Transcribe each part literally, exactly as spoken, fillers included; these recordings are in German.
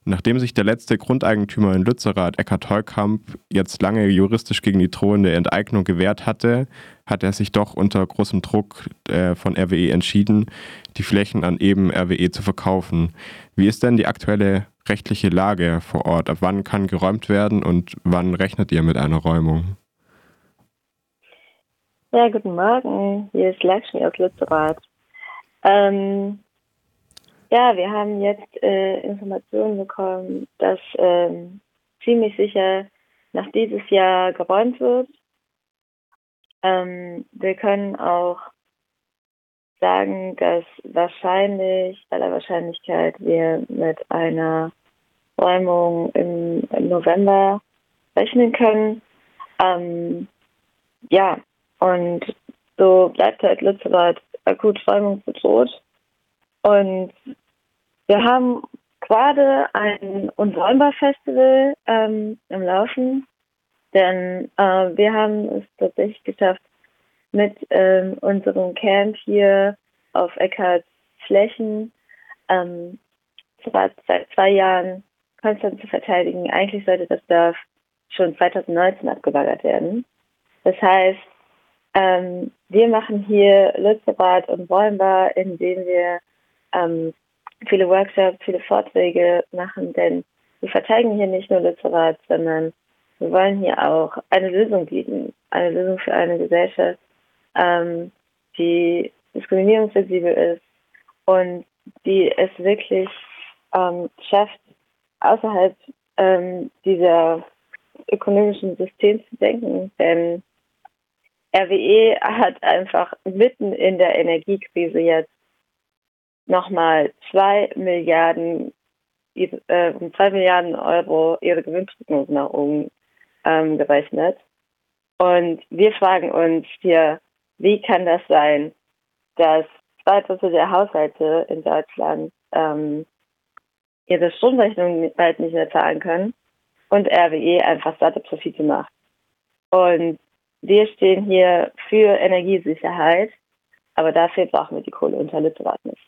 Nachdem sich der letzte Grundeigentümer in Lützerath, Eckhard Heukamp, jetzt lange juristisch gegen die drohende Enteignung gewehrt hatte, hat er sich doch unter großem Druck äh, von R W E entschieden, die Flächen an eben R W E zu verkaufen. Wie ist denn die aktuelle rechtliche Lage vor Ort? Ab wann kann geräumt werden und wann rechnet ihr mit einer Räumung? Ja, guten Morgen. Hier ist Lakshmi aus Lützerath. Ähm, ja, wir haben jetzt äh, Informationen bekommen, dass ähm, ziemlich sicher nach dieses Jahr geräumt wird. Ähm, wir können auch sagen, dass wahrscheinlich, aller Wahrscheinlichkeit, wir mit einer Räumung im, im November rechnen können. Ähm, ja, und so bleibt halt Lützerath akut räumungsbedroht. Und wir haben gerade ein Unräumbar-Festival ähm, im Laufen, denn äh, wir haben es tatsächlich geschafft, mit ähm, unserem Camp hier auf Eckharts Flächen ähm, zwar seit zwei Jahren konstant zu verteidigen. Eigentlich sollte das Dorf schon zwanzig neunzehn abgebaggert werden. Das heißt, ähm, wir machen hier Lützerath und räumbar, indem wir ähm, viele Workshops, viele Vorträge machen, denn wir verteidigen hier nicht nur Lützerath, sondern wir wollen hier auch eine Lösung bieten, eine Lösung für eine Gesellschaft, ähm, die diskriminierungssensibel ist und die es wirklich ähm, schafft, außerhalb ähm, dieser ökonomischen Systems zu denken. Denn R W E hat einfach mitten in der Energiekrise jetzt nochmal zwei Milliarden, äh, um zwei Milliarden Euro ihre Gewinnprognose nach oben ähm, gerechnet. Und wir fragen uns hier, wie kann das sein, dass zwei Drittel der Haushalte in Deutschland ähm, ihre Stromrechnung bald nicht mehr zahlen können und R W E einfach satte Profite macht. Und wir stehen hier für Energiesicherheit, aber dafür brauchen wir die Kohle unter Lützerath nicht.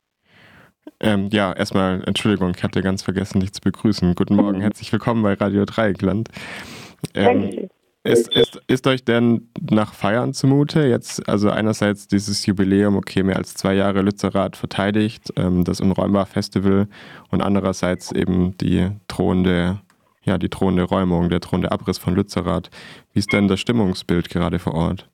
Ähm, ja, erstmal Entschuldigung, ich hatte ganz vergessen, dich zu begrüßen. Guten Morgen, herzlich willkommen bei Radio Dreieckland. Ähm, ist, ist, ist euch denn nach Feiern zumute? Jetzt, also einerseits dieses Jubiläum, okay, mehr als zwei Jahre Lützerath verteidigt, ähm, das Unräumbar-Festival und andererseits eben die drohende, ja, die drohende Räumung, der drohende Abriss von Lützerath. Wie ist denn das Stimmungsbild gerade vor Ort?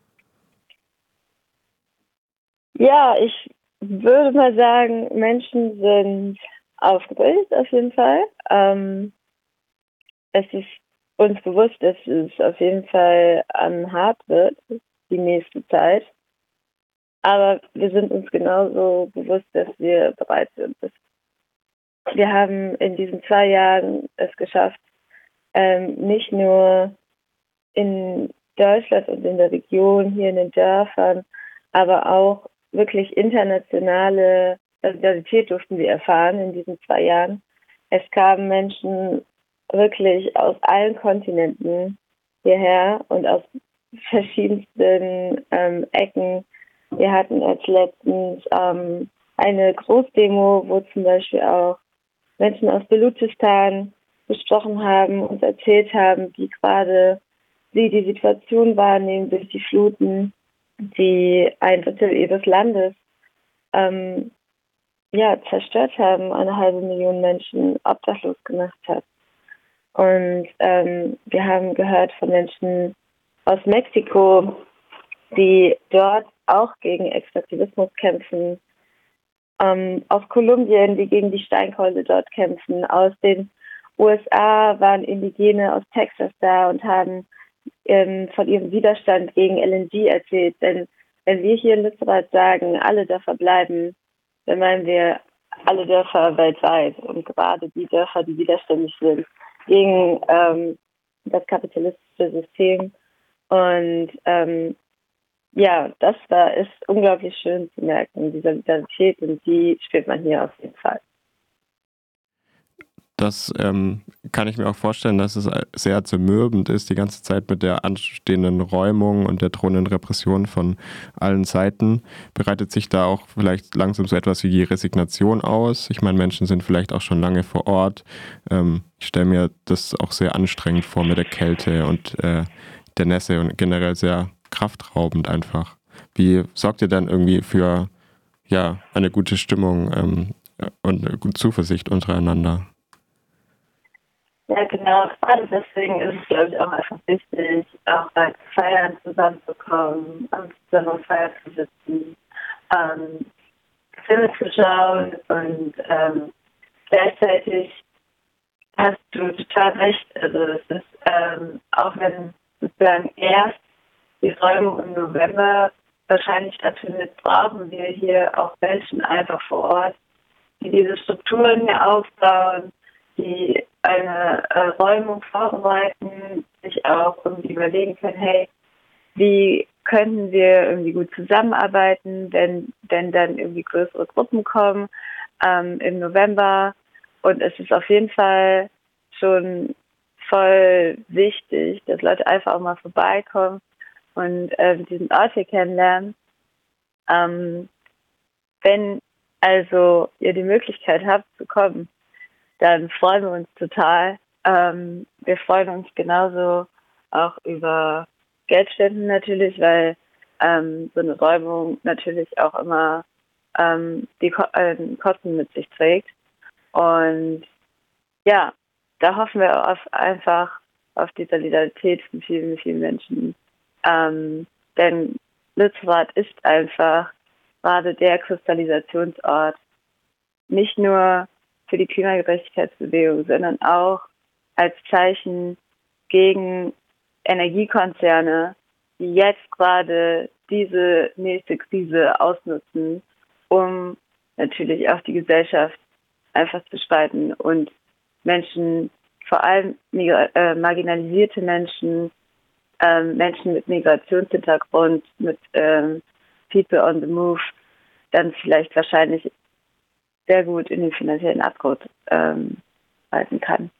Ja, ich würde mal sagen, Menschen sind aufgeregt auf jeden Fall. Ähm, es ist uns bewusst, dass es auf jeden Fall ähm, hart wird, die nächste Zeit. Aber wir sind uns genauso bewusst, dass wir bereit sind. Wir haben in diesen zwei Jahren es geschafft, ähm, nicht nur in Deutschland und in der Region, hier in den Dörfern, aber auch wirklich internationale Solidarität durften wir erfahren in diesen zwei Jahren. Es kamen Menschen wirklich aus allen Kontinenten hierher und aus verschiedensten ähm, Ecken. Wir hatten als letztens ähm, eine Großdemo, wo zum Beispiel auch Menschen aus Belutschistan gesprochen haben und erzählt haben, wie gerade sie die Situation wahrnehmen durch die Fluten, die ein Drittel ihres Landes ähm, ja, zerstört haben, eine halbe Million Menschen obdachlos gemacht hat. Und ähm, wir haben gehört von Menschen aus Mexiko, die dort auch gegen Extraktivismus kämpfen, ähm, aus Kolumbien, die gegen die Steinkohle dort kämpfen, aus den U S A waren Indigene aus Texas da und haben ähm, von ihrem Widerstand gegen L N G erzählt. Denn wenn wir hier in Lützerath sagen, alle Dörfer bleiben, dann meinen wir alle Dörfer weltweit und gerade die Dörfer, die widerständig sind gegen ähm, das kapitalistische System. Und ähm, ja, das war ist unglaublich schön zu merken, die Solidarität, und die spürt man hier auf jeden Fall. das ähm, kann ich mir auch vorstellen, dass es sehr zermürbend ist, die ganze Zeit mit der anstehenden Räumung und der drohenden Repression von allen Seiten. Bereitet sich da auch vielleicht langsam so etwas wie die Resignation aus? Ich meine, Menschen sind vielleicht auch schon lange vor Ort. Ähm, ich stelle mir das auch sehr anstrengend vor mit der Kälte und äh, der Nässe und generell sehr kraftraubend einfach. Wie sorgt ihr dann irgendwie für ja, eine gute Stimmung ähm, und eine gute Zuversicht untereinander? Ja, genau. Gerade deswegen ist es, glaube ich, auch einfach wichtig, auch bei Feiern zusammenzukommen, am Zusammenfeier zu sitzen, ähm, Filme zu schauen und ähm, gleichzeitig hast du total recht. Also es ist, ähm, auch wenn sozusagen erst die Räumung im November wahrscheinlich stattfindet, brauchen wir hier auch Menschen einfach vor Ort, die diese Strukturen hier aufbauen, die eine äh, Räumung vorbereiten, sich auch irgendwie überlegen können, hey, wie könnten wir irgendwie gut zusammenarbeiten, wenn, wenn dann irgendwie größere Gruppen kommen ähm, im November. Und es ist auf jeden Fall schon voll wichtig, dass Leute einfach auch mal vorbeikommen und ähm, diesen Ort hier kennenlernen. Ähm, wenn also ihr die Möglichkeit habt zu kommen, dann freuen wir uns total. Ähm, wir freuen uns genauso auch über Geldspenden natürlich, weil ähm, so eine Räumung natürlich auch immer ähm, die Ko äh, Kosten mit sich trägt. Und ja, da hoffen wir auf einfach auf die Solidarität von vielen, vielen Menschen. Ähm, denn Lützerath ist einfach gerade der Kristallisationsort, nicht nur für die Klimagerechtigkeitsbewegung, sondern auch als Zeichen gegen Energiekonzerne, die jetzt gerade diese nächste Krise ausnutzen, um natürlich auch die Gesellschaft einfach zu spalten und Menschen, vor allem äh, marginalisierte Menschen, ähm, Menschen mit Migrationshintergrund, mit ähm, People on the Move, dann vielleicht wahrscheinlich sehr gut in den finanziellen Abgrund ähm, halten kann.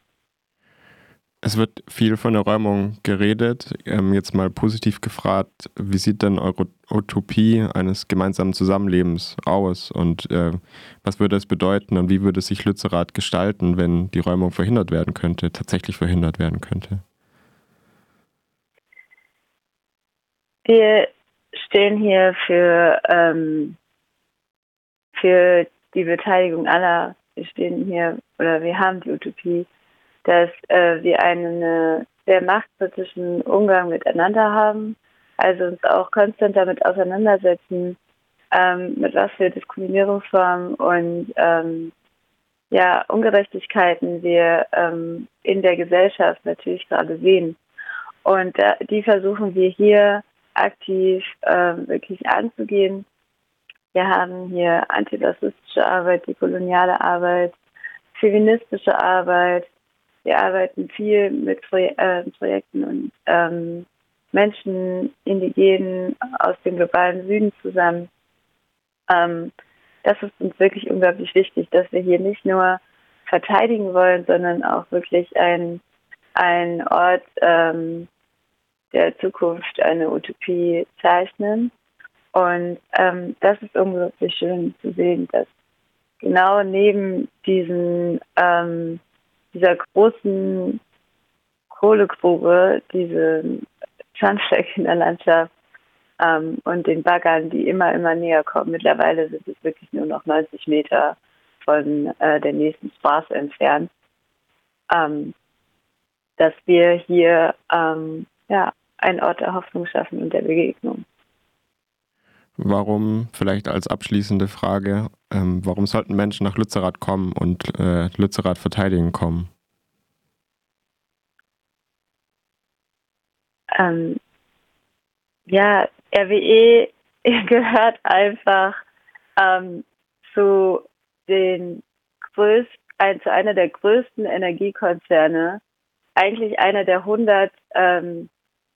Es wird viel von der Räumung geredet. Ähm, jetzt mal positiv gefragt, wie sieht denn eure Utopie eines gemeinsamen Zusammenlebens aus und äh, was würde es bedeuten und wie würde sich Lützerath gestalten, wenn die Räumung verhindert werden könnte, tatsächlich verhindert werden könnte? Wir stehen hier für, ähm, für die Beteiligung aller. Wir stehen hier, oder wir haben die Utopie, dass äh, wir einen sehr machtkritischen Umgang miteinander haben, also uns auch konstant damit auseinandersetzen, ähm, mit was für Diskriminierungsformen und ähm, ja, Ungerechtigkeiten wir ähm, in der Gesellschaft natürlich gerade sehen. Und äh, die versuchen wir hier aktiv äh, wirklich anzugehen. Wir haben hier antirassistische Arbeit, dekoloniale Arbeit, feministische Arbeit. Wir arbeiten viel mit Pro äh, Projekten und ähm, Menschen, Indigenen aus dem globalen Süden zusammen. Ähm, das ist uns wirklich unglaublich wichtig, dass wir hier nicht nur verteidigen wollen, sondern auch wirklich ein, ein Ort ähm, der Zukunft, eine Utopie zeichnen. Und ähm, das ist unglaublich schön zu sehen, dass genau neben diesen, ähm, dieser großen Kohlegrube, diesen Schandfleck in der Landschaft ähm, und den Baggern, die immer, immer näher kommen. Mittlerweile sind es wirklich nur noch neunzig Meter von äh, der nächsten Straße entfernt, ähm, dass wir hier ähm, ja, einen Ort der Hoffnung schaffen und der Begegnung. Warum, vielleicht als abschließende Frage, ähm, warum sollten Menschen nach Lützerath kommen und äh, Lützerath verteidigen kommen? Ähm, ja, R W E gehört einfach ähm, zu den größten, ein, zu einer der größten Energiekonzerne, eigentlich einer der hundert, ähm,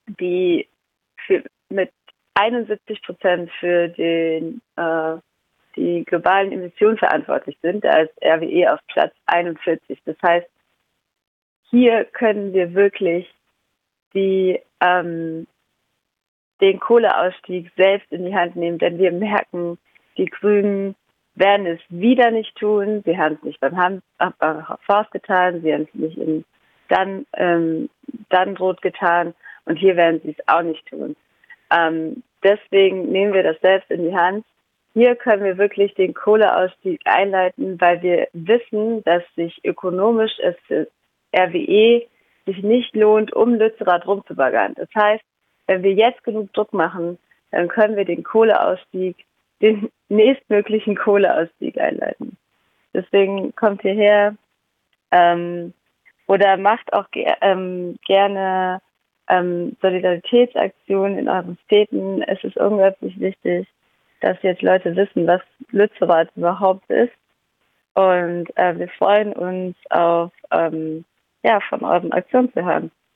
die für, mit einundsiebzig Prozent für den, äh, die globalen Emissionen verantwortlich sind. Da ist R W E auf Platz einundvierzig. Das heißt, hier können wir wirklich die, ähm, den Kohleausstieg selbst in die Hand nehmen, denn wir merken, die Grünen werden es wieder nicht tun. Sie haben es nicht beim Hambacher Forst getan, sie haben es nicht in dann, ähm, Dannenrot getan und hier werden sie es auch nicht tun. Ähm, deswegen nehmen wir das selbst in die Hand. Hier können wir wirklich den Kohleausstieg einleiten, weil wir wissen, dass sich ökonomisch es für R W E sich nicht lohnt, um Lützerath rumzubaggern. Das heißt, wenn wir jetzt genug Druck machen, dann können wir den Kohleausstieg, den nächstmöglichen Kohleausstieg einleiten. Deswegen kommt hierher ähm, oder macht auch ge ähm, gerne ähm, Solidaritätsaktionen in euren Städten. Es ist unglaublich wichtig, dass jetzt Leute wissen, was Lützerath überhaupt ist. Und äh, wir freuen uns auf, ähm, ja, von euren Aktionen zu hören.